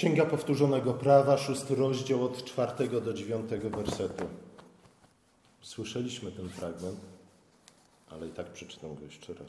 Księga Powtórzonego Prawa, 6 rozdział od 4 do 9 wersetu. Słyszeliśmy ten fragment, ale i tak przeczytam go jeszcze raz.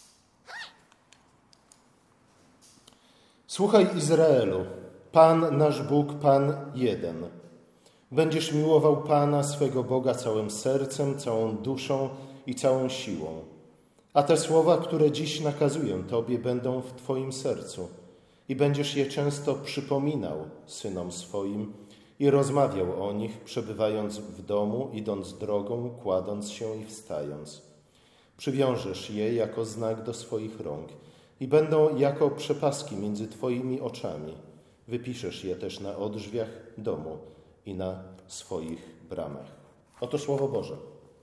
Słuchaj, Izraelu, Pan nasz Bóg, Pan jeden. Będziesz miłował Pana swego Boga całym sercem, całą duszą i całą siłą. A te słowa, które dziś nakazuję Tobie, będą w Twoim sercu i będziesz je często przypominał synom swoim i rozmawiał o nich, przebywając w domu, idąc drogą, kładąc się i wstając. Przywiążesz je jako znak do swoich rąk i będą jako przepaski między Twoimi oczami. Wypiszesz je też na odrzwiach domu i na swoich bramach. Oto Słowo Boże.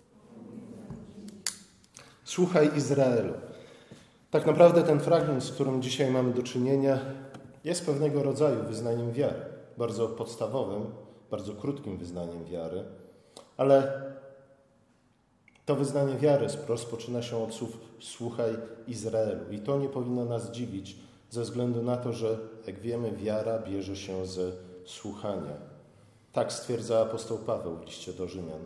Słuchaj, Izraelu. Tak naprawdę ten fragment, z którym dzisiaj mamy do czynienia, jest pewnego rodzaju wyznaniem wiary. Bardzo podstawowym, bardzo krótkim wyznaniem wiary, ale to wyznanie wiary rozpoczyna się od słów słuchaj, Izraelu. I to nie powinno nas dziwić, ze względu na to, że, jak wiemy, wiara bierze się ze słuchania. Tak stwierdza apostoł Paweł w liście do Rzymian.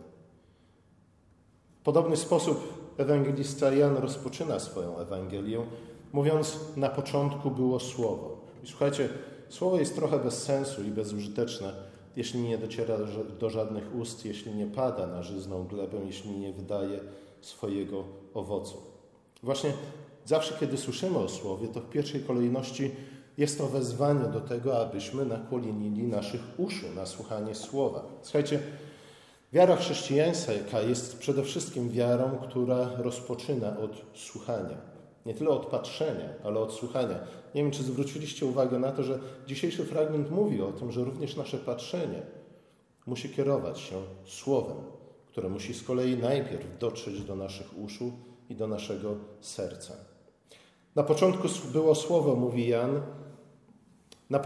W podobny sposób ewangelista Jan rozpoczyna swoją Ewangelię, mówiąc, na początku było Słowo. I słuchajcie, Słowo jest trochę bez sensu i bezużyteczne, jeśli nie dociera do żadnych ust, jeśli nie pada na żyzną glebę, jeśli nie wydaje swojego owocu. Właśnie zawsze, kiedy słyszymy o Słowie, to w pierwszej kolejności jest to wezwanie do tego, abyśmy nakłonili naszych uszu na słuchanie Słowa. Słuchajcie, wiara chrześcijańska jest przede wszystkim wiarą, która rozpoczyna od słuchania. Nie tyle od patrzenia, ale od słuchania. Nie wiem, czy zwróciliście uwagę na to, że dzisiejszy fragment mówi o tym, że również nasze patrzenie musi kierować się Słowem, które musi z kolei najpierw dotrzeć do naszych uszu i do naszego serca. Na początku było Słowo, mówi Jan, na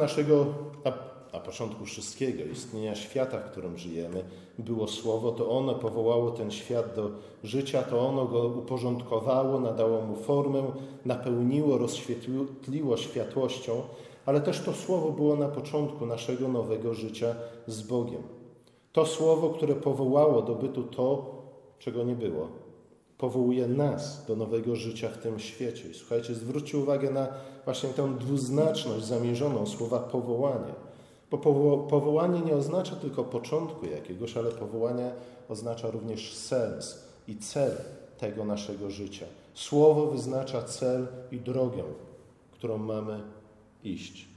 początku wszystkiego, istnienia świata, w którym żyjemy, było Słowo, to ono powołało ten świat do życia, to ono go uporządkowało, nadało mu formę, napełniło, rozświetliło światłością, ale też to Słowo było na początku naszego nowego życia z Bogiem. To Słowo, które powołało do bytu to, czego nie było. Powołuje nas do nowego życia w tym świecie. I słuchajcie, zwróćcie uwagę na właśnie tę dwuznaczność zamierzoną słowa powołanie. Bo powołanie nie oznacza tylko początku jakiegoś, ale powołanie oznacza również sens i cel tego naszego życia. Słowo wyznacza cel i drogę, którą mamy iść.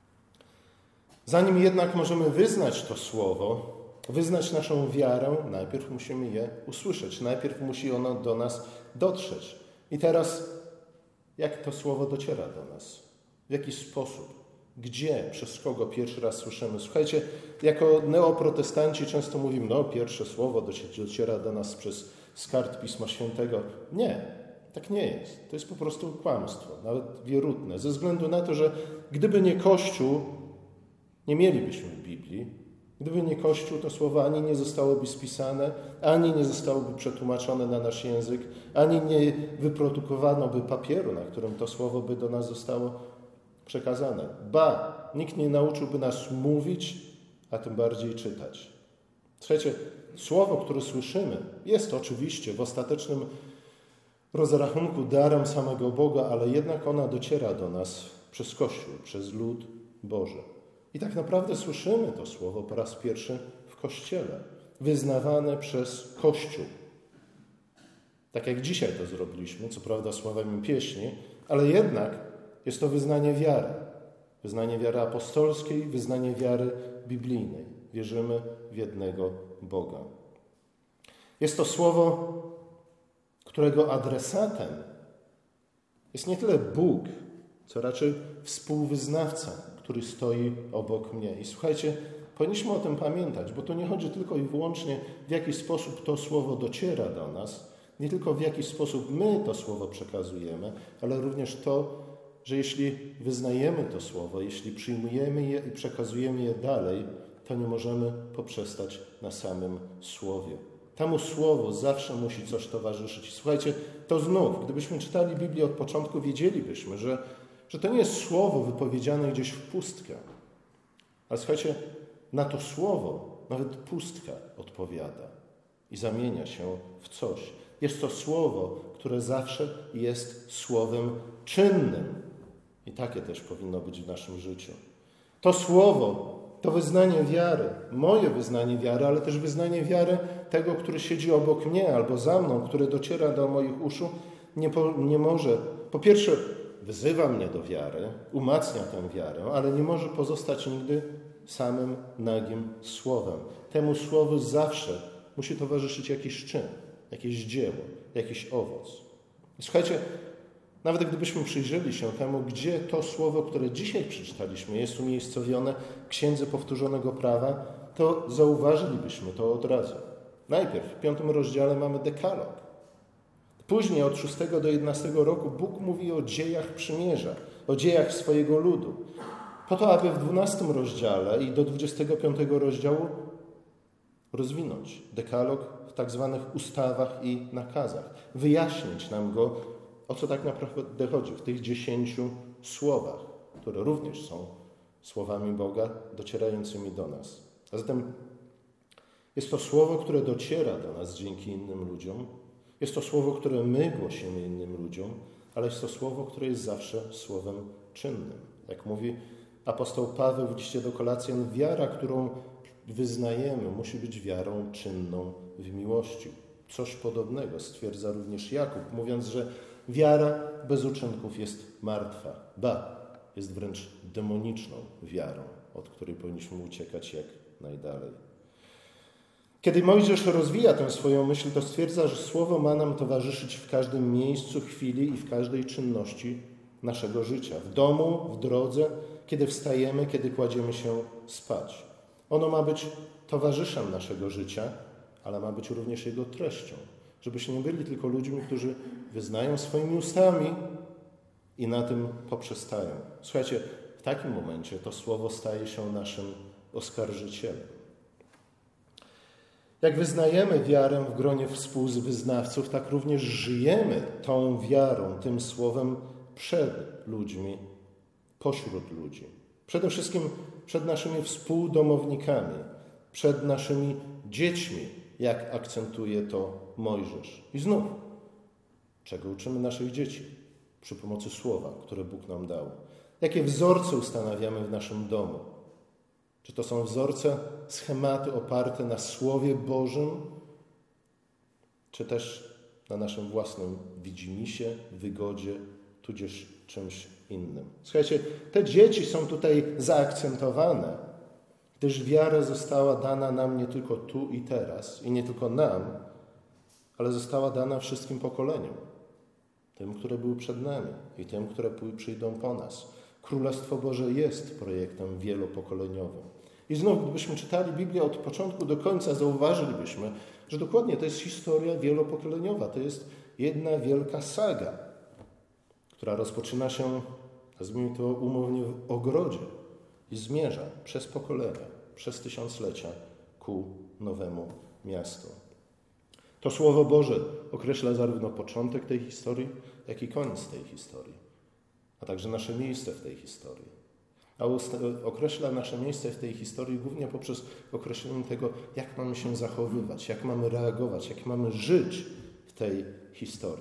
Zanim jednak możemy wyznać to Słowo, wyznać naszą wiarę, najpierw musimy je usłyszeć. Najpierw musi ono do nas dotrzeć. I teraz, jak to Słowo dociera do nas? W jaki sposób? Gdzie? Przez kogo pierwszy raz słyszymy? Słuchajcie, jako neoprotestanci często mówimy, pierwsze Słowo dociera do nas przez skart Pisma Świętego. Nie, tak nie jest. To jest po prostu kłamstwo, nawet wierutne. Ze względu na to, że gdyby nie Kościół, nie mielibyśmy Biblii. Gdyby nie Kościół, to słowo ani nie zostałoby spisane, ani nie zostałoby przetłumaczone na nasz język, ani nie wyprodukowano by papieru, na którym to słowo by do nas zostało przekazane. Ba, nikt nie nauczyłby nas mówić, a tym bardziej czytać. Słuchajcie, słowo, które słyszymy, jest oczywiście w ostatecznym rozrachunku darem samego Boga, ale jednak ona dociera do nas przez Kościół, przez lud Boży. I tak naprawdę słyszymy to słowo po raz pierwszy w Kościele, wyznawane przez Kościół. Tak jak dzisiaj to zrobiliśmy, co prawda słowami pieśni, ale jednak jest to wyznanie wiary. Wyznanie wiary apostolskiej, wyznanie wiary biblijnej. Wierzymy w jednego Boga. Jest to słowo, którego adresatem jest nie tyle Bóg, co raczej współwyznawca, który stoi obok mnie. I słuchajcie, powinniśmy o tym pamiętać, bo to nie chodzi tylko i wyłącznie, w jaki sposób to słowo dociera do nas, nie tylko w jaki sposób my to słowo przekazujemy, ale również to, że jeśli wyznajemy to słowo, jeśli przyjmujemy je i przekazujemy je dalej, to nie możemy poprzestać na samym słowie. Temu słowu zawsze musi coś towarzyszyć. Słuchajcie, to znów, gdybyśmy czytali Biblię od początku, wiedzielibyśmy, że to nie jest słowo wypowiedziane gdzieś w pustkę, Ale słuchajcie, na to słowo nawet pustka odpowiada i zamienia się w coś. Jest to słowo, które zawsze jest słowem czynnym. I takie też powinno być w naszym życiu. To słowo, to wyznanie wiary, moje wyznanie wiary, ale też wyznanie wiary tego, który siedzi obok mnie albo za mną, które dociera do moich uszu, nie może, po pierwsze, wzywa mnie do wiary, umacnia tę wiarę, ale nie może pozostać nigdy samym nagim słowem. Temu słowu zawsze musi towarzyszyć jakiś czyn, jakieś dzieło, jakiś owoc. Słuchajcie, nawet gdybyśmy przyjrzeli się temu, gdzie to słowo, które dzisiaj przeczytaliśmy, jest umiejscowione w Księdze Powtórzonego Prawa, to zauważylibyśmy to od razu. Najpierw w 5 rozdziale mamy dekalog. Później od 6 do 11 roku Bóg mówi o dziejach przymierza, o dziejach swojego ludu. Po to, aby w 12 rozdziale i do 25 rozdziału rozwinąć dekalog w tak zwanych ustawach i nakazach. Wyjaśnić nam go, o co tak naprawdę chodzi w tych 10 słowach, które również są słowami Boga docierającymi do nas. A zatem jest to słowo, które dociera do nas dzięki innym ludziom. Jest to słowo, które my głosimy innym ludziom, ale jest to słowo, które jest zawsze słowem czynnym. Jak mówi apostoł Paweł w liście do Kolacjan, wiara, którą wyznajemy, musi być wiarą czynną w miłości. Coś podobnego stwierdza również Jakub, mówiąc, że wiara bez uczynków jest martwa. Jest wręcz demoniczną wiarą, od której powinniśmy uciekać jak najdalej. Kiedy Mojżesz rozwija tę swoją myśl, to stwierdza, że słowo ma nam towarzyszyć w każdym miejscu, chwili i w każdej czynności naszego życia. W domu, w drodze, kiedy wstajemy, kiedy kładziemy się spać. Ono ma być towarzyszem naszego życia, ale ma być również jego treścią. Żebyśmy nie byli tylko ludźmi, którzy wyznają swoimi ustami i na tym poprzestają. Słuchajcie, w takim momencie to słowo staje się naszym oskarżycielem. Jak wyznajemy wiarę w gronie współwyznawców, tak również żyjemy tą wiarą, tym słowem przed ludźmi, pośród ludzi. Przede wszystkim przed naszymi współdomownikami, przed naszymi dziećmi, jak akcentuje to Mojżesz. I znów, czego uczymy naszych dzieci? Przy pomocy słowa, które Bóg nam dał. Jakie wzorce ustanawiamy w naszym domu? Czy to są wzorce, schematy oparte na Słowie Bożym, czy też na naszym własnym widzimisię, wygodzie, tudzież czymś innym? Słuchajcie, te dzieci są tutaj zaakcentowane, gdyż wiara została dana nam nie tylko tu i teraz, i nie tylko nam, ale została dana wszystkim pokoleniom. Tym, które były przed nami i tym, które przyjdą po nas. Królestwo Boże jest projektem wielopokoleniowym. I znów, gdybyśmy czytali Biblię od początku do końca, zauważylibyśmy, że dokładnie to jest historia wielopokoleniowa. To jest jedna wielka saga, która rozpoczyna się, nazwijmy to umownie, w ogrodzie i zmierza przez pokolenia, przez tysiąclecia ku nowemu miastu. To Słowo Boże określa zarówno początek tej historii, jak i koniec tej historii, a także nasze miejsce w tej historii. A określa nasze miejsce w tej historii głównie poprzez określenie tego, jak mamy się zachowywać, jak mamy reagować, jak mamy żyć w tej historii.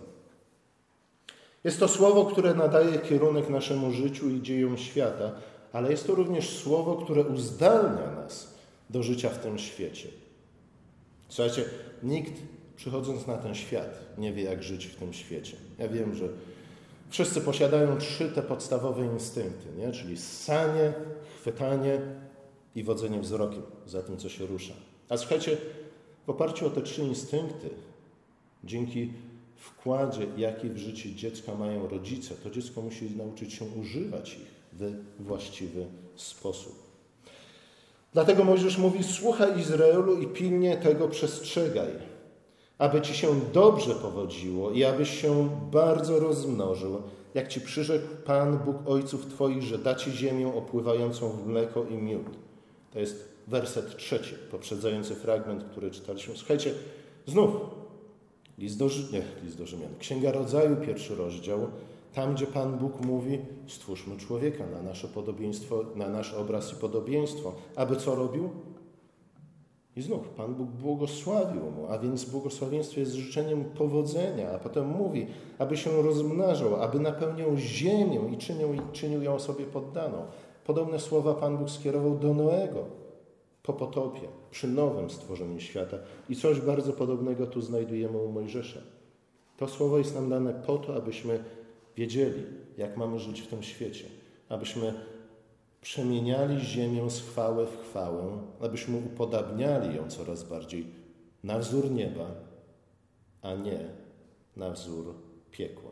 Jest to słowo, które nadaje kierunek naszemu życiu i dziejom świata, ale jest to również słowo, które uzdalnia nas do życia w tym świecie. Słuchajcie, nikt przychodząc na ten świat nie wie, jak żyć w tym świecie. Ja wiem, że wszyscy posiadają 3 te podstawowe instynkty, nie? Czyli ssanie, chwytanie i wodzenie wzrokiem za tym, co się rusza. A słuchajcie, w oparciu o te 3 instynkty, dzięki wkładzie, jaki w życie dziecka mają rodzice, to dziecko musi nauczyć się używać ich we właściwy sposób. Dlatego Mojżesz mówi: słuchaj Izraelu i pilnie tego przestrzegaj, aby ci się dobrze powodziło i abyś się bardzo rozmnożył, jak ci przyrzekł Pan, Bóg ojców twoich, że da ci ziemię opływającą w mleko i miód. To jest werset 3, poprzedzający fragment, który czytaliśmy. Słuchajcie, znów List do Rzymian. Księga Rodzaju, 1 rozdział. Tam, gdzie Pan Bóg mówi, stwórzmy człowieka na nasze podobieństwo, na nasz obraz i podobieństwo. Aby co robił? I znów Pan Bóg błogosławił mu, a więc błogosławieństwo jest życzeniem powodzenia, a potem mówi, aby się rozmnażał, aby napełniał ziemię i czynił ją sobie poddaną. Podobne słowa Pan Bóg skierował do Noego po potopie, przy nowym stworzeniu świata. I coś bardzo podobnego tu znajdujemy u Mojżesza. To słowo jest nam dane po to, abyśmy wiedzieli, jak mamy żyć w tym świecie, abyśmy przemieniali ziemię z chwały w chwałę, abyśmy upodabniali ją coraz bardziej na wzór nieba, a nie na wzór piekła.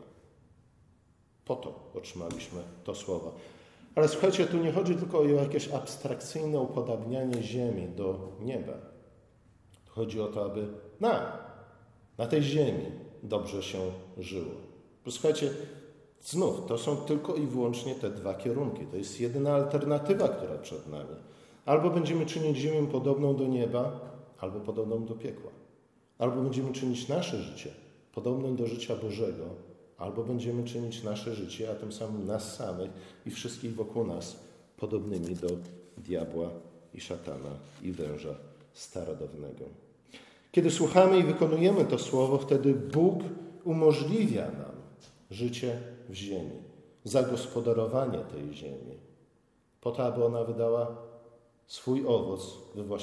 Po to otrzymaliśmy to słowo. Ale słuchajcie, tu nie chodzi tylko o jakieś abstrakcyjne upodabnianie ziemi do nieba. Chodzi o to, aby na tej ziemi dobrze się żyło. Posłuchajcie, znów, to są tylko i wyłącznie te dwa kierunki. To jest jedyna alternatywa, która przed nami. Albo będziemy czynić ziemię podobną do nieba, albo podobną do piekła. Albo będziemy czynić nasze życie podobnym do życia Bożego, albo będziemy czynić nasze życie, a tym samym nas samych i wszystkich wokół nas podobnymi do diabła i szatana i węża starodawnego. Kiedy słuchamy i wykonujemy to słowo, wtedy Bóg umożliwia nam życie w ziemi, zagospodarowanie tej ziemi, po to, aby ona wydała swój owoc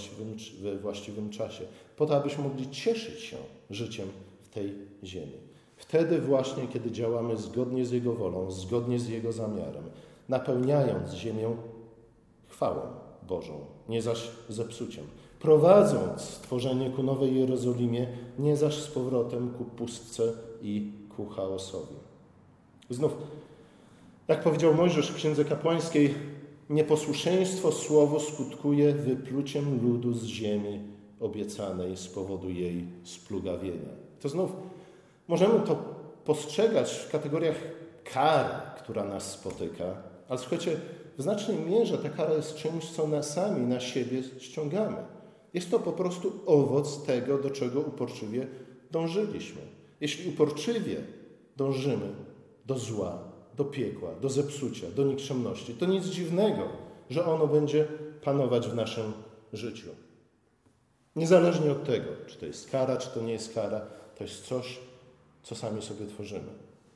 we właściwym czasie, po to, abyśmy mogli cieszyć się życiem w tej ziemi. Wtedy właśnie, kiedy działamy zgodnie z Jego wolą, zgodnie z Jego zamiarem, napełniając ziemię chwałą Bożą, nie zaś zepsuciem, prowadząc stworzenie ku Nowej Jerozolimie, nie zaś z powrotem ku pustce i ku chaosowi. Znów, jak powiedział Mojżesz w Księdze Kapłańskiej, nieposłuszeństwo słowu skutkuje wypluciem ludu z ziemi obiecanej z powodu jej splugawienia. To znów możemy to postrzegać w kategoriach kary, która nas spotyka, ale słuchajcie, w znacznej mierze ta kara jest czymś, co sami na siebie ściągamy. Jest to po prostu owoc tego, do czego uporczywie dążyliśmy. Jeśli uporczywie dążymy do zła, do piekła, do zepsucia, do nikczemności, to nic dziwnego, że ono będzie panować w naszym życiu. Niezależnie od tego, czy to jest kara, czy to nie jest kara, to jest coś, co sami sobie tworzymy.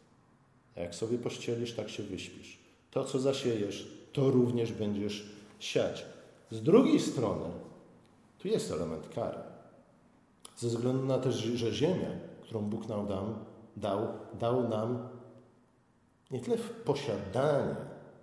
A jak sobie pościelisz, tak się wyśpisz. To, co zasiejesz, to również będziesz siać. Z drugiej strony, tu jest element kary. Ze względu na to, że ziemia, którą Bóg nam dał nam nie tyle w posiadanie,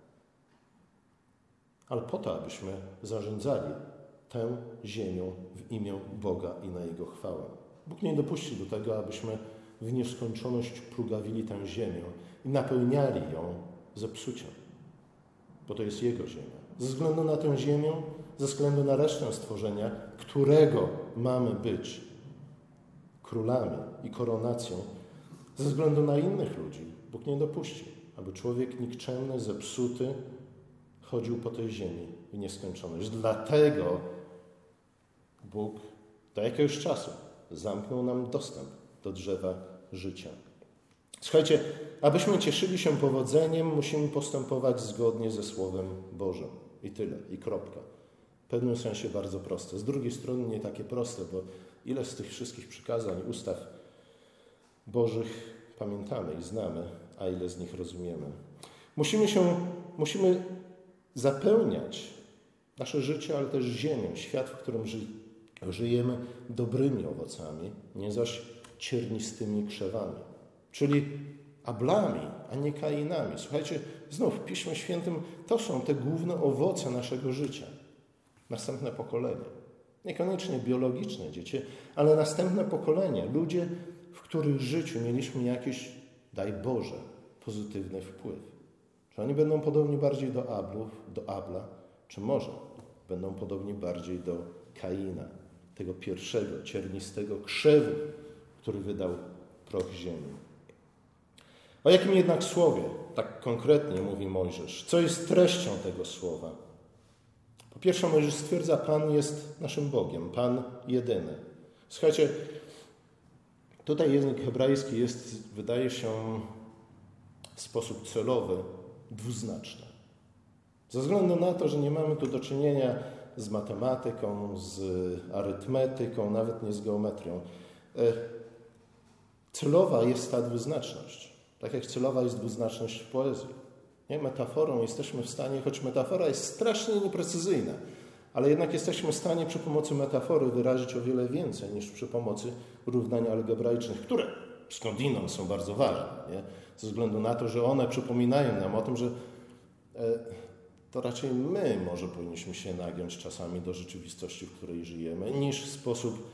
ale po to, abyśmy zarządzali tę ziemią w imię Boga i na Jego chwałę. Bóg nie dopuści do tego, abyśmy w nieskończoność plugawili tę ziemię i napełniali ją zepsuciem, bo to jest Jego ziemia. Ze względu na tę ziemię, ze względu na resztę stworzenia, którego mamy być królami i koronacją, ze względu na innych ludzi, Bóg nie dopuści, aby człowiek nikczemny, zepsuty chodził po tej ziemi w nieskończoność. Dlatego Bóg do jakiegoś czasu zamknął nam dostęp do drzewa życia. Słuchajcie, abyśmy cieszyli się powodzeniem, musimy postępować zgodnie ze Słowem Bożym. I tyle, i kropka. W pewnym sensie bardzo proste. Z drugiej strony nie takie proste, bo ile z tych wszystkich przykazań, ustaw Bożych pamiętamy i znamy, a ile z nich rozumiemy. Musimy zapełniać nasze życie, ale też ziemię, świat, w którym żyjemy, dobrymi owocami, nie zaś ciernistymi krzewami. Czyli Ablami, a nie Kainami. Słuchajcie, znów w Piśmie Świętym to są te główne owoce naszego życia. Następne pokolenie. Niekoniecznie biologiczne dzieci, ale następne pokolenie. Ludzie, w których życiu mieliśmy jakiś, daj Boże, pozytywny wpływ. Czy oni będą podobni bardziej do Abla, czy może będą podobni bardziej do Kaina, tego pierwszego, ciernistego krzewu, który wydał proch ziemi. O jakim jednak słowie tak konkretnie mówi Mojżesz? Co jest treścią tego słowa? Po pierwsze, Mojżesz stwierdza, Pan jest naszym Bogiem, Pan jedyny. Słuchajcie, tutaj język hebrajski jest, wydaje się, w sposób celowy dwuznaczne. Ze względu na to, że nie mamy tu do czynienia z matematyką, z arytmetyką, nawet nie z geometrią, celowa jest ta dwuznaczność. Tak jak celowa jest dwuznaczność w poezji. Nie? Metaforą jesteśmy w stanie, choć metafora jest strasznie nieprecyzyjna, ale jednak jesteśmy w stanie przy pomocy metafory wyrazić o wiele więcej niż przy pomocy równań algebraicznych, które skądinąd są bardzo ważne, nie? Ze względu na to, że one przypominają nam o tym, że to raczej my może powinniśmy się nagiąć czasami do rzeczywistości, w której żyjemy, niż w sposób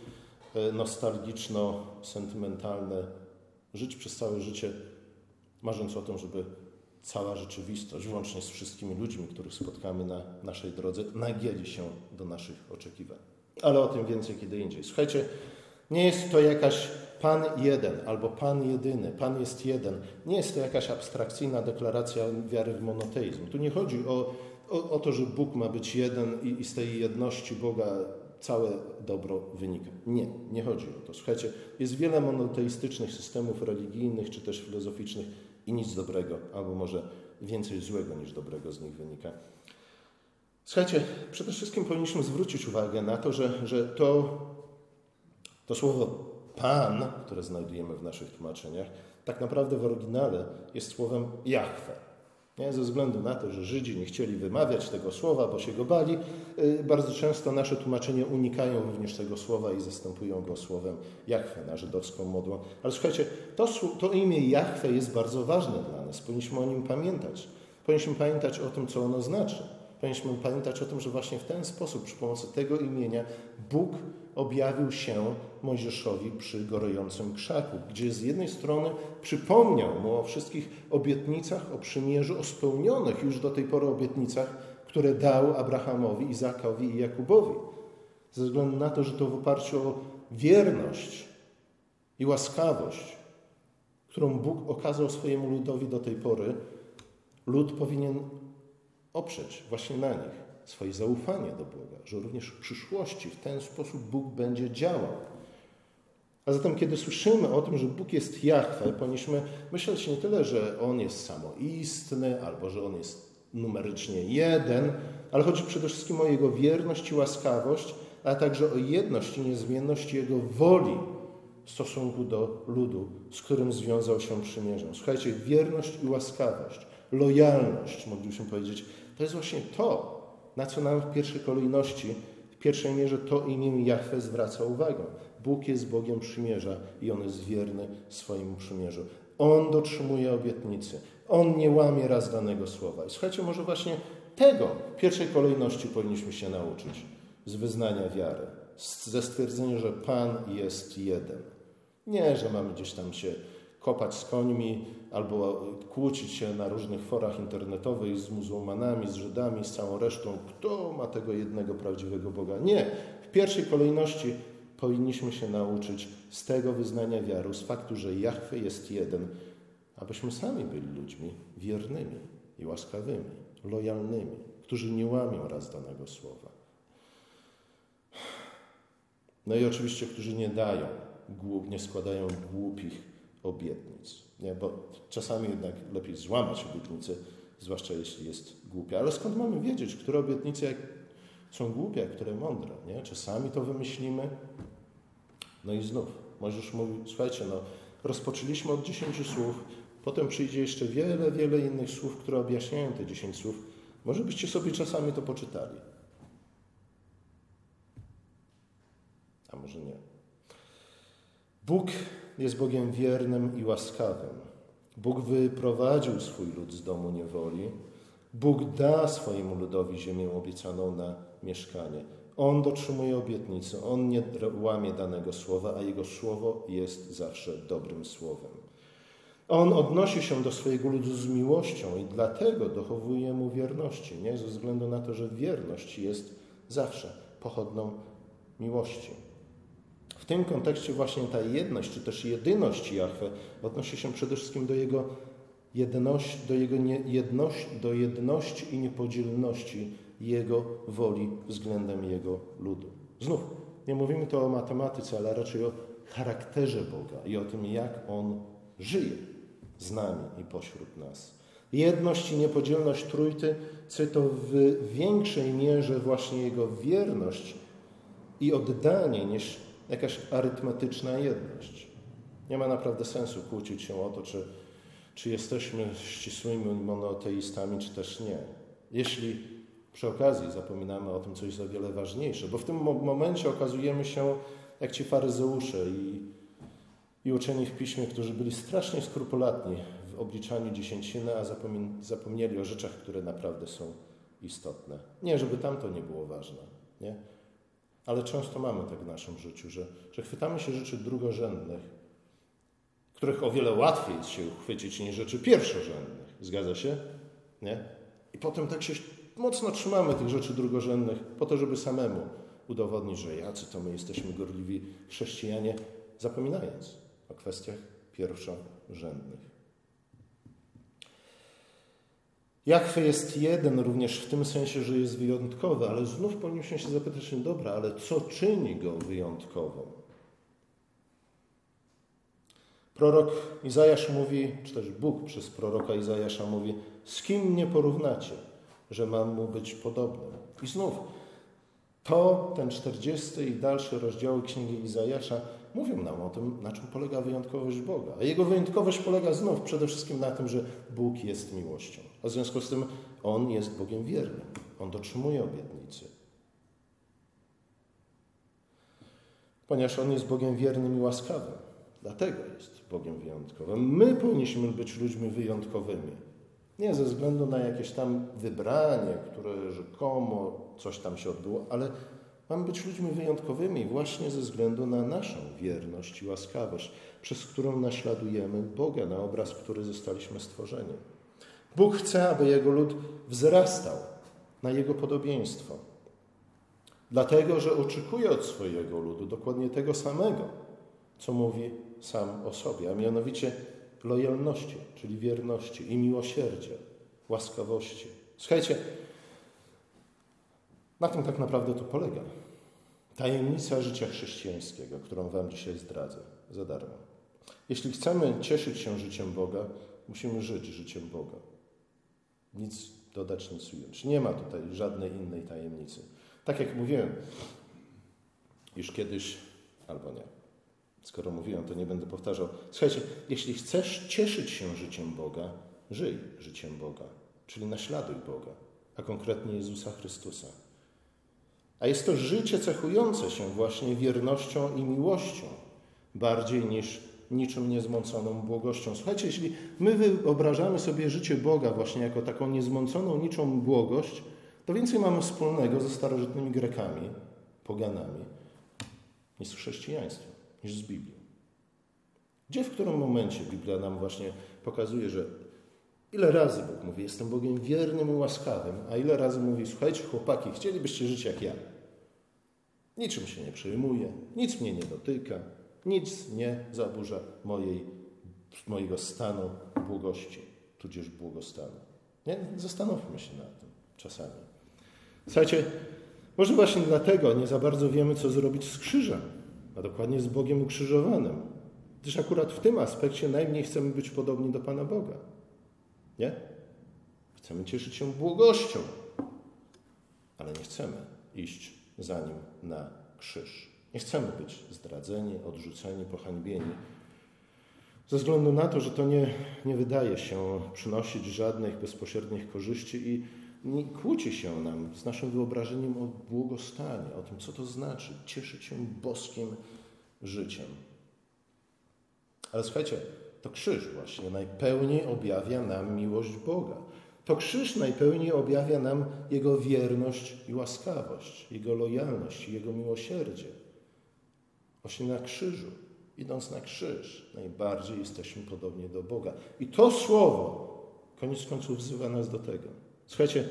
nostalgiczno-sentymentalny żyć przez całe życie, marząc o tym, żeby cała rzeczywistość, włącznie z wszystkimi ludźmi, których spotkamy na naszej drodze, nagięli się do naszych oczekiwań. Ale o tym więcej kiedy indziej. Słuchajcie, nie jest to jakaś Pan jeden albo Pan jedyny, Pan jest jeden. Nie jest to jakaś abstrakcyjna deklaracja wiary w monoteizm. Tu nie chodzi o to, że Bóg ma być jeden i z tej jedności Boga całe dobro wynika. Nie chodzi o to. Słuchajcie, jest wiele monoteistycznych systemów religijnych czy też filozoficznych i nic dobrego, albo może więcej złego niż dobrego z nich wynika. Słuchajcie, przede wszystkim powinniśmy zwrócić uwagę na to, że to słowo Pan, które znajdujemy w naszych tłumaczeniach, tak naprawdę w oryginale jest słowem Jahwe. Nie? Ze względu na to, że Żydzi nie chcieli wymawiać tego słowa, bo się go bali, bardzo często nasze tłumaczenia unikają również tego słowa i zastępują go słowem Jahwe na żydowską modłę. Ale słuchajcie, to imię Jahwe jest bardzo ważne dla nas. Powinniśmy o nim pamiętać. Powinniśmy pamiętać o tym, co ono znaczy. Powinniśmy pamiętać o tym, że właśnie w ten sposób, przy pomocy tego imienia, Bóg objawił się Mojżeszowi przy gorejącym krzaku, gdzie z jednej strony przypomniał mu o wszystkich obietnicach, o przymierzu, o spełnionych już do tej pory obietnicach, które dał Abrahamowi, Izakowi i Jakubowi. Ze względu na to, że to w oparciu o wierność i łaskawość, którą Bóg okazał swojemu ludowi do tej pory, lud powinien oprzeć właśnie na nich swoje zaufanie do Boga, że również w przyszłości w ten sposób Bóg będzie działał. A zatem, kiedy słyszymy o tym, że Bóg jest Jahwe, powinniśmy myśleć nie tyle, że On jest samoistny, albo że On jest numerycznie jeden, ale chodzi przede wszystkim o Jego wierność i łaskawość, a także o jedność i niezmienność Jego woli w stosunku do ludu, z którym związał się przymierzem. Słuchajcie, wierność i łaskawość, lojalność, moglibyśmy powiedzieć, to jest właśnie to, na co nam w pierwszej kolejności, w pierwszej mierze to imię Jahwe zwraca uwagę. Bóg jest Bogiem przymierza i On jest wierny swojemu przymierzu. On dotrzymuje obietnicy. On nie łamie raz danego słowa. I słuchajcie, może właśnie tego w pierwszej kolejności powinniśmy się nauczyć z wyznania wiary, ze stwierdzenia, że Pan jest jeden. Nie, że mamy gdzieś tam się kopać z końmi albo kłócić się na różnych forach internetowych z muzułmanami, z Żydami, z całą resztą. Kto ma tego jednego prawdziwego Boga? Nie. W pierwszej kolejności powinniśmy się nauczyć z tego wyznania wiary, z faktu, że Jahwe jest jeden, abyśmy sami byli ludźmi wiernymi i łaskawymi, lojalnymi, którzy nie łamią raz danego słowa. No i oczywiście, którzy nie składają głupich obietnic. Nie? Bo czasami jednak lepiej złamać obietnicę, zwłaszcza jeśli jest głupia. Ale skąd mamy wiedzieć, które obietnice są głupie, a które mądre? Nie? Czasami to wymyślimy. No i znów, Mojżesz mówi, słuchajcie, rozpoczęliśmy od 10 słów, potem przyjdzie jeszcze wiele, wiele innych słów, które objaśniają te 10 słów. Może byście sobie czasami to poczytali. A może nie. Bóg jest Bogiem wiernym i łaskawym. Bóg wyprowadził swój lud z domu niewoli. Bóg da swojemu ludowi ziemię obiecaną na mieszkanie. On dotrzymuje obietnicy, On nie łamie danego słowa, a Jego słowo jest zawsze dobrym słowem. On odnosi się do swojego ludu z miłością i dlatego dochowuje mu wierności, nie? Ze względu na to, że wierność jest zawsze pochodną miłości. W tym kontekście właśnie ta jedność, czy też jedyność Jahwe odnosi się przede wszystkim do Jego jedności i niepodzielności Jego woli względem Jego ludu. Znów, nie mówimy tu o matematyce, ale raczej o charakterze Boga i o tym, jak On żyje. z nami i pośród nas. Jedność i niepodzielność Trójcy to w większej mierze właśnie Jego wierność i oddanie niż jakaś arytmetyczna jedność. Nie ma naprawdę sensu kłócić się o to, czy jesteśmy ścisłymi monoteistami, czy też nie. Jeśli przy okazji zapominamy o tym, co jest o wiele ważniejsze, bo w tym momencie okazujemy się jak ci faryzeusze i uczeni w Piśmie, którzy byli strasznie skrupulatni w obliczaniu dziesięciny, a zapomnieli o rzeczach, które naprawdę są istotne. Nie, żeby tamto nie było ważne, nie? Ale często mamy tak w naszym życiu, że chwytamy się rzeczy drugorzędnych, których o wiele łatwiej jest się uchwycić niż rzeczy pierwszorzędnych. Zgadza się? Nie? I potem tak się mocno trzymamy tych rzeczy drugorzędnych po to, żeby samemu udowodnić, że jacy to my jesteśmy gorliwi chrześcijanie, zapominając o kwestiach pierwszorzędnych. Jahwe jest jeden również w tym sensie, że jest wyjątkowy, ale znów powinniśmy się zapytać, dobra, ale co czyni go wyjątkową? Prorok Izajasz mówi, czy też Bóg przez proroka Izajasza mówi, z kim mnie porównacie, że mam mu być podobnym? I znów ten 40 i dalsze rozdziały Księgi Izajasza mówią nam o tym, na czym polega wyjątkowość Boga. A Jego wyjątkowość polega znów przede wszystkim na tym, że Bóg jest miłością. A w związku z tym On jest Bogiem wiernym. On dotrzymuje obietnicy. Ponieważ On jest Bogiem wiernym i łaskawym. Dlatego jest Bogiem wyjątkowym. My powinniśmy być ludźmi wyjątkowymi. Nie ze względu na jakieś tam wybranie, które rzekomo coś tam się odbyło, ale mamy być ludźmi wyjątkowymi właśnie ze względu na naszą wierność i łaskawość, przez którą naśladujemy Boga, na obraz, który zostaliśmy stworzeni. Bóg chce, aby Jego lud wzrastał na Jego podobieństwo. Dlatego, że oczekuje od swojego ludu dokładnie tego samego, co mówi sam o sobie, a mianowicie lojalności, czyli wierności i miłosierdzia, łaskawości. Słuchajcie, na tym tak naprawdę to polega. Tajemnica życia chrześcijańskiego, którą wam dzisiaj zdradzę za darmo. Jeśli chcemy cieszyć się życiem Boga, musimy żyć życiem Boga. Nic dodać, nic ująć. Nie ma tutaj żadnej innej tajemnicy. Tak jak mówiłem już kiedyś, albo nie. Skoro mówiłem, to nie będę powtarzał. Słuchajcie, jeśli chcesz cieszyć się życiem Boga, żyj życiem Boga, czyli naśladuj Boga, a konkretnie Jezusa Chrystusa. A jest to życie cechujące się właśnie wiernością i miłością, bardziej niż niczym niezmąconą błogością. Słuchajcie, jeśli my wyobrażamy sobie życie Boga właśnie jako taką niezmąconą niczą błogość, to więcej mamy wspólnego ze starożytnymi Grekami, poganami, niż z chrześcijaństwem, niż z Biblią. Gdzie, w którym momencie Biblia nam właśnie pokazuje, że ile razy Bóg mówi, jestem Bogiem wiernym i łaskawym, a ile razy mówi, słuchajcie chłopaki, chcielibyście żyć jak ja. Niczym się nie przejmuję, nic mnie nie dotyka, nic nie zaburza mojego stanu błogości, tudzież błogostanu. Nie? Zastanówmy się nad tym czasami. Słuchajcie, może właśnie dlatego nie za bardzo wiemy, co zrobić z krzyżem, a dokładnie z Bogiem ukrzyżowanym. Gdyż akurat w tym aspekcie najmniej chcemy być podobni do Pana Boga. Nie? Chcemy cieszyć się błogością, ale nie chcemy iść za Nim na krzyż. Nie chcemy być zdradzeni, odrzuceni, pohańbieni. Ze względu na to, że to nie wydaje się przynosić żadnych bezpośrednich korzyści i nie kłóci się nam z naszym wyobrażeniem o błogostanie, o tym, co to znaczy cieszyć się boskim życiem. Ale słuchajcie, to krzyż właśnie najpełniej objawia nam miłość Boga. To krzyż najpełniej objawia nam Jego wierność i łaskawość, Jego lojalność i Jego miłosierdzie. Właśnie na krzyżu, idąc na krzyż, najbardziej jesteśmy podobni do Boga. I to słowo koniec końców wzywa nas do tego. Słuchajcie,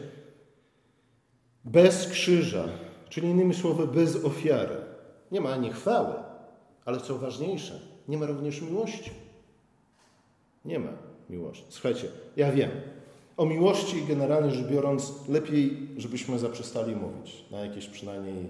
bez krzyża, czyli innymi słowy bez ofiary, nie ma ani chwały, ale co ważniejsze, nie ma również miłości. Nie ma miłości. Słuchajcie, ja wiem, o miłości generalnie rzecz biorąc lepiej, żebyśmy zaprzestali mówić na jakieś przynajmniej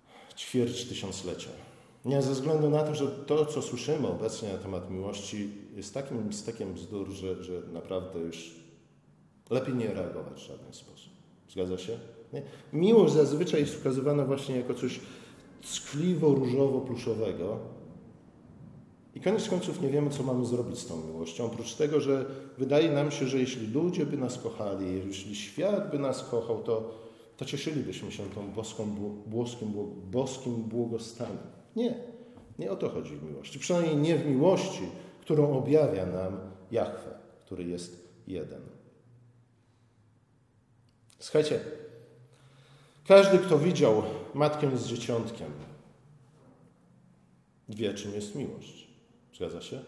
ćwierć tysiąclecia. Nie ze względu na to, że to, co słyszymy obecnie na temat miłości, jest takim stekiem bzdur, że naprawdę już lepiej nie reagować w żaden sposób. Zgadza się? Nie? Miłość zazwyczaj jest wskazywana właśnie jako coś ckliwo-różowo-pluszowego. I koniec końców nie wiemy, co mamy zrobić z tą miłością. Oprócz tego, że wydaje nam się, że jeśli ludzie by nas kochali, jeśli świat by nas kochał, to cieszylibyśmy się tą boskim błogostanem. Nie o to chodzi w miłości. Przynajmniej nie w miłości, którą objawia nam Jahwe, który jest jeden. Słuchajcie, każdy, kto widział matkę z dzieciątkiem, wie, czym jest miłość. Zgadza się?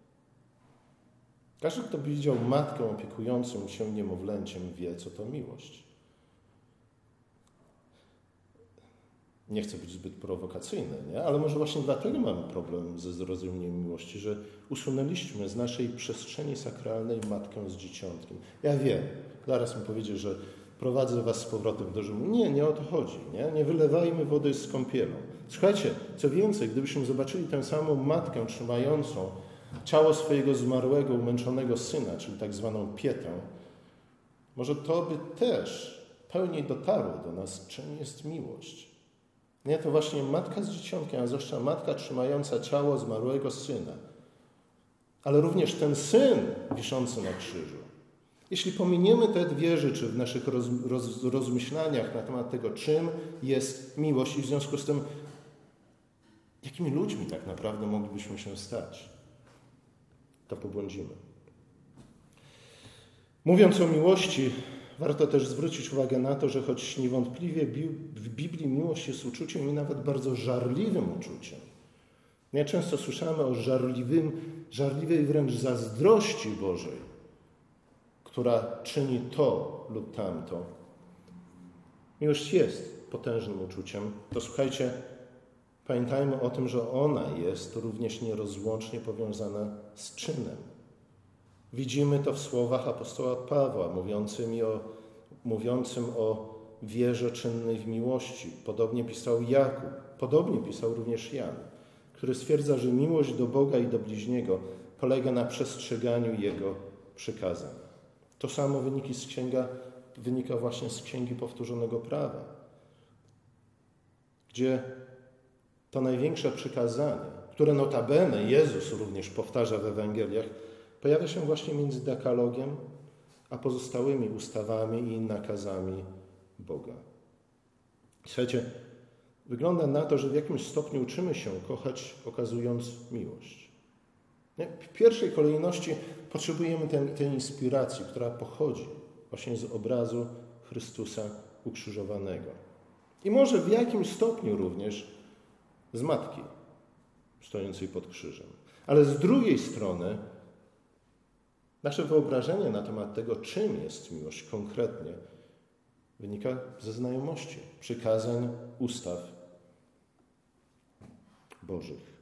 Każdy, kto widział matkę opiekującą się niemowlęciem, wie, co to miłość. Nie chcę być zbyt prowokacyjny, nie? Ale może właśnie dlatego mamy problem ze zrozumieniem miłości, że usunęliśmy z naszej przestrzeni sakralnej matkę z dzieciątkiem. Ja wiem, zaraz mi powiedzieć, że prowadzę was z powrotem do Rzymu. Nie o to chodzi. Nie wylewajmy wody z kąpielą. Słuchajcie, co więcej, gdybyśmy zobaczyli tę samą matkę trzymającą ciało swojego zmarłego, umęczonego syna, czyli tak zwaną pietę, może to by też pełniej dotarło do nas, czym jest miłość. Nie, to właśnie matka z dzieciątkiem, a zwłaszcza matka trzymająca ciało zmarłego syna, ale również ten syn wiszący na krzyżu. Jeśli pominiemy te dwie rzeczy w naszych rozmyślaniach na temat tego, czym jest miłość i w związku z tym, jakimi ludźmi tak naprawdę moglibyśmy się stać, to pobłądzimy. Mówiąc o miłości, warto też zwrócić uwagę na to, że choć niewątpliwie w Biblii miłość jest uczuciem i nawet bardzo żarliwym uczuciem. Ja często słyszamy o żarliwej wręcz zazdrości Bożej, która czyni to lub tamto. Miłość jest potężnym uczuciem. To słuchajcie, pamiętajmy o tym, że ona jest również nierozłącznie powiązana z czynem. Widzimy to w słowach apostoła Pawła, mówiącym o wierze czynnej w miłości. Podobnie pisał Jakub, podobnie pisał również Jan, który stwierdza, że miłość do Boga i do bliźniego polega na przestrzeganiu Jego przykazań. To samo wynika właśnie z Księgi Powtórzonego Prawa, gdzie to największe przykazanie, które notabene Jezus również powtarza w Ewangeliach, pojawia się właśnie między dekalogiem a pozostałymi ustawami i nakazami Boga. Słuchajcie, wygląda na to, że w jakimś stopniu uczymy się kochać, okazując miłość. W pierwszej kolejności potrzebujemy tej inspiracji, która pochodzi właśnie z obrazu Chrystusa ukrzyżowanego. I może w jakimś stopniu również z matki stojącej pod krzyżem. Ale z drugiej strony nasze wyobrażenie na temat tego, czym jest miłość konkretnie, wynika ze znajomości przykazań, ustaw Bożych.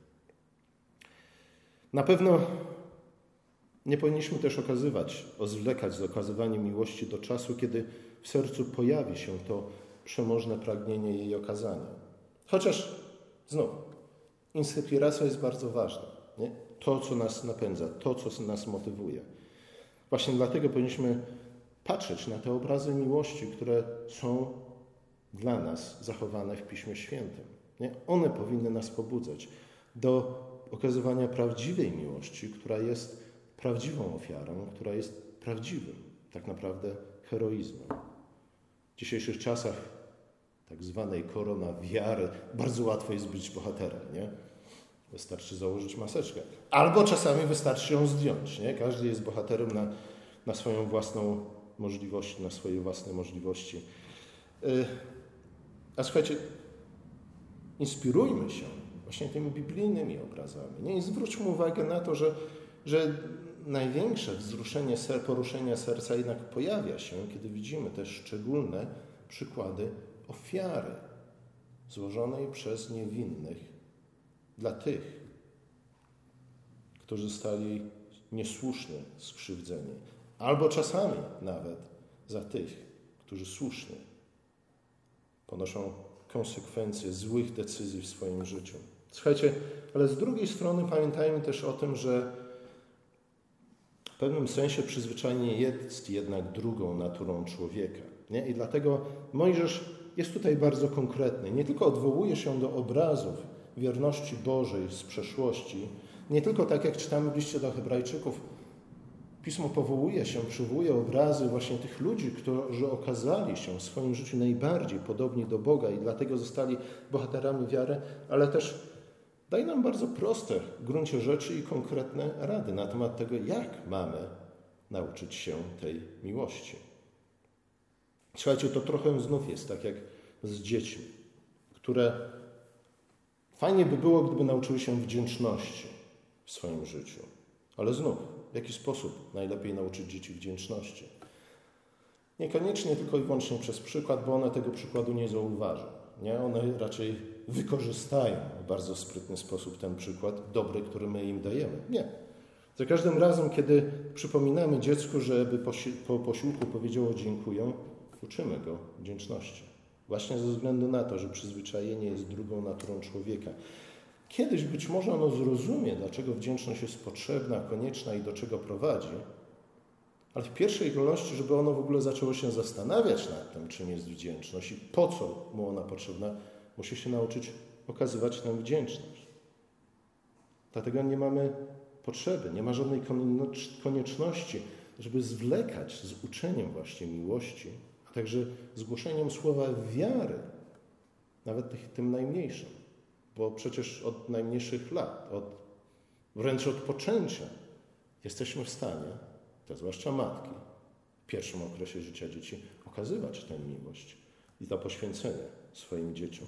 Na pewno nie powinniśmy też zwlekać z okazywaniem miłości do czasu, kiedy w sercu pojawi się to przemożne pragnienie jej okazania. Chociaż, znowu, inspiracja jest bardzo ważna. Nie? To, co nas napędza, to, co nas motywuje. Właśnie dlatego powinniśmy patrzeć na te obrazy miłości, które są dla nas zachowane w Piśmie Świętym. Nie? One powinny nas pobudzać do okazywania prawdziwej miłości, która jest prawdziwą ofiarą, która jest prawdziwym, tak naprawdę, heroizmem. W dzisiejszych czasach tak zwanej koronawiary bardzo łatwo jest być bohaterem, nie? Wystarczy założyć maseczkę. Albo czasami wystarczy ją zdjąć, nie? Każdy jest bohaterem na swoją własną możliwość, na swoje własne możliwości. A słuchajcie, inspirujmy się właśnie tymi biblijnymi obrazami. Nie? I zwróćmy uwagę na to, że największe wzruszenie, poruszenie serca jednak pojawia się, kiedy widzimy te szczególne przykłady ofiary złożonej przez niewinnych dla tych, którzy zostali niesłusznie skrzywdzeni, albo czasami nawet za tych, którzy słusznie ponoszą konsekwencje złych decyzji w swoim życiu. Słuchajcie, ale z drugiej strony pamiętajmy też o tym, że pewnym sensie przyzwyczajenie jest jednak drugą naturą człowieka. Nie? I dlatego Mojżesz jest tutaj bardzo konkretny. Nie tylko odwołuje się do obrazów wierności Bożej z przeszłości, nie tylko tak jak czytamy w liście do Hebrajczyków, Pismo przywołuje obrazy właśnie tych ludzi, którzy okazali się w swoim życiu najbardziej podobni do Boga i dlatego zostali bohaterami wiary, ale też daje nam bardzo proste w gruncie rzeczy i konkretne rady na temat tego, jak mamy nauczyć się tej miłości. Słuchajcie, to trochę znów jest tak jak z dziećmi, które fajnie by było, gdyby nauczyły się wdzięczności w swoim życiu. Ale znów, w jaki sposób najlepiej nauczyć dzieci wdzięczności? Niekoniecznie tylko i wyłącznie przez przykład, bo one tego przykładu nie zauważą. Nie? One raczej wykorzystają w bardzo sprytny sposób ten przykład dobry, który my im dajemy. Nie. Za każdym razem, kiedy przypominamy dziecku, żeby po posiłku powiedziało dziękuję, uczymy go wdzięczności. Właśnie ze względu na to, że przyzwyczajenie jest drugą naturą człowieka. Kiedyś być może ono zrozumie, dlaczego wdzięczność jest potrzebna, konieczna i do czego prowadzi, ale w pierwszej kolejności, żeby ono w ogóle zaczęło się zastanawiać nad tym, czym jest wdzięczność i po co mu ona potrzebna, musi się nauczyć okazywać nam wdzięczność. Dlatego nie mamy potrzeby, nie ma żadnej konieczności, żeby zwlekać z uczeniem właśnie miłości, a także z głoszeniem słowa wiary, nawet tym najmniejszym. Bo przecież od najmniejszych lat, wręcz od poczęcia jesteśmy w stanie, to zwłaszcza matki, w pierwszym okresie życia dzieci, okazywać tę miłość i to poświęcenie swoim dzieciom.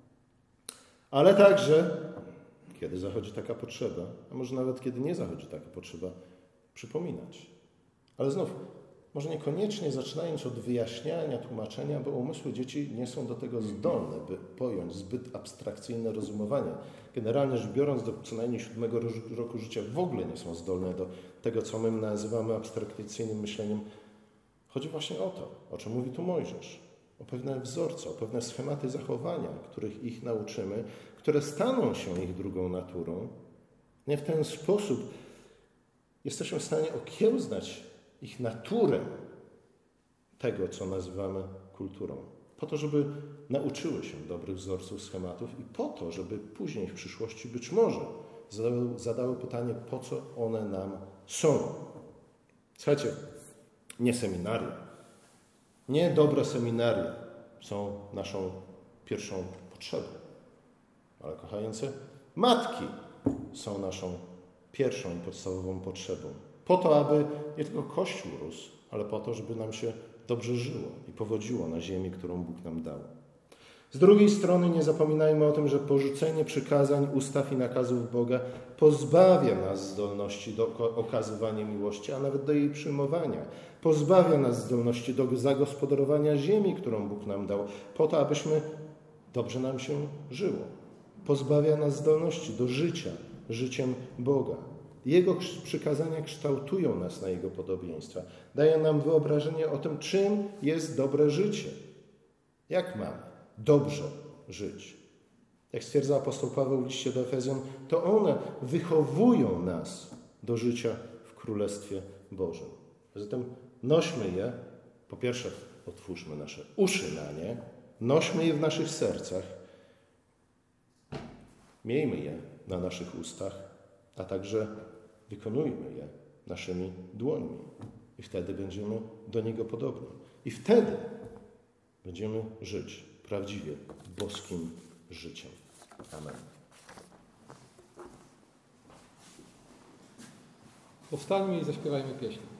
Ale także, kiedy zachodzi taka potrzeba, a może nawet kiedy nie zachodzi taka potrzeba, przypominać. Ale znów, może niekoniecznie zaczynając od wyjaśniania, tłumaczenia, bo umysły dzieci nie są do tego zdolne, by pojąć zbyt abstrakcyjne rozumowanie. Generalnie rzecz biorąc, do co najmniej 7 roku życia w ogóle nie są zdolne do tego, co my nazywamy abstrakcyjnym myśleniem. Chodzi właśnie o to, o czym mówi tu Mojżesz. O pewne wzorce, o pewne schematy zachowania, których ich nauczymy, które staną się ich drugą naturą. Nie w ten sposób jesteśmy w stanie okiełznać ich naturę tego, co nazywamy kulturą. Po to, żeby nauczyły się dobrych wzorców, schematów i po to, żeby później w przyszłości być może zadały pytanie, po co one nam są. Słuchajcie, nie seminaria, nie dobre seminaria są naszą pierwszą potrzebą, ale kochające matki są naszą pierwszą i podstawową potrzebą. Po to, aby nie tylko Kościół rósł, ale po to, żeby nam się dobrze żyło i powodziło na ziemi, którą Bóg nam dał. Z drugiej strony nie zapominajmy o tym, że porzucenie przykazań, ustaw i nakazów Boga pozbawia nas zdolności do okazywania miłości, a nawet do jej przyjmowania. Pozbawia nas zdolności do zagospodarowania ziemi, którą Bóg nam dał, po to, abyśmy dobrze nam się żyło. Pozbawia nas zdolności do życia życiem Boga. Jego przykazania kształtują nas na Jego podobieństwa. Dają nam wyobrażenie o tym, czym jest dobre życie. Jak mamy dobrze żyć. Jak stwierdza apostoł Paweł w liście do Efezjan, to one wychowują nas do życia w Królestwie Bożym. Zatem nośmy je, po pierwsze otwórzmy nasze uszy na nie, nośmy je w naszych sercach, miejmy je na naszych ustach, a także wykonujmy je naszymi dłońmi. I wtedy będziemy do Niego podobni. I wtedy będziemy żyć prawdziwie boskim życiem. Amen. Powstańmy i zaśpiewajmy pieśń.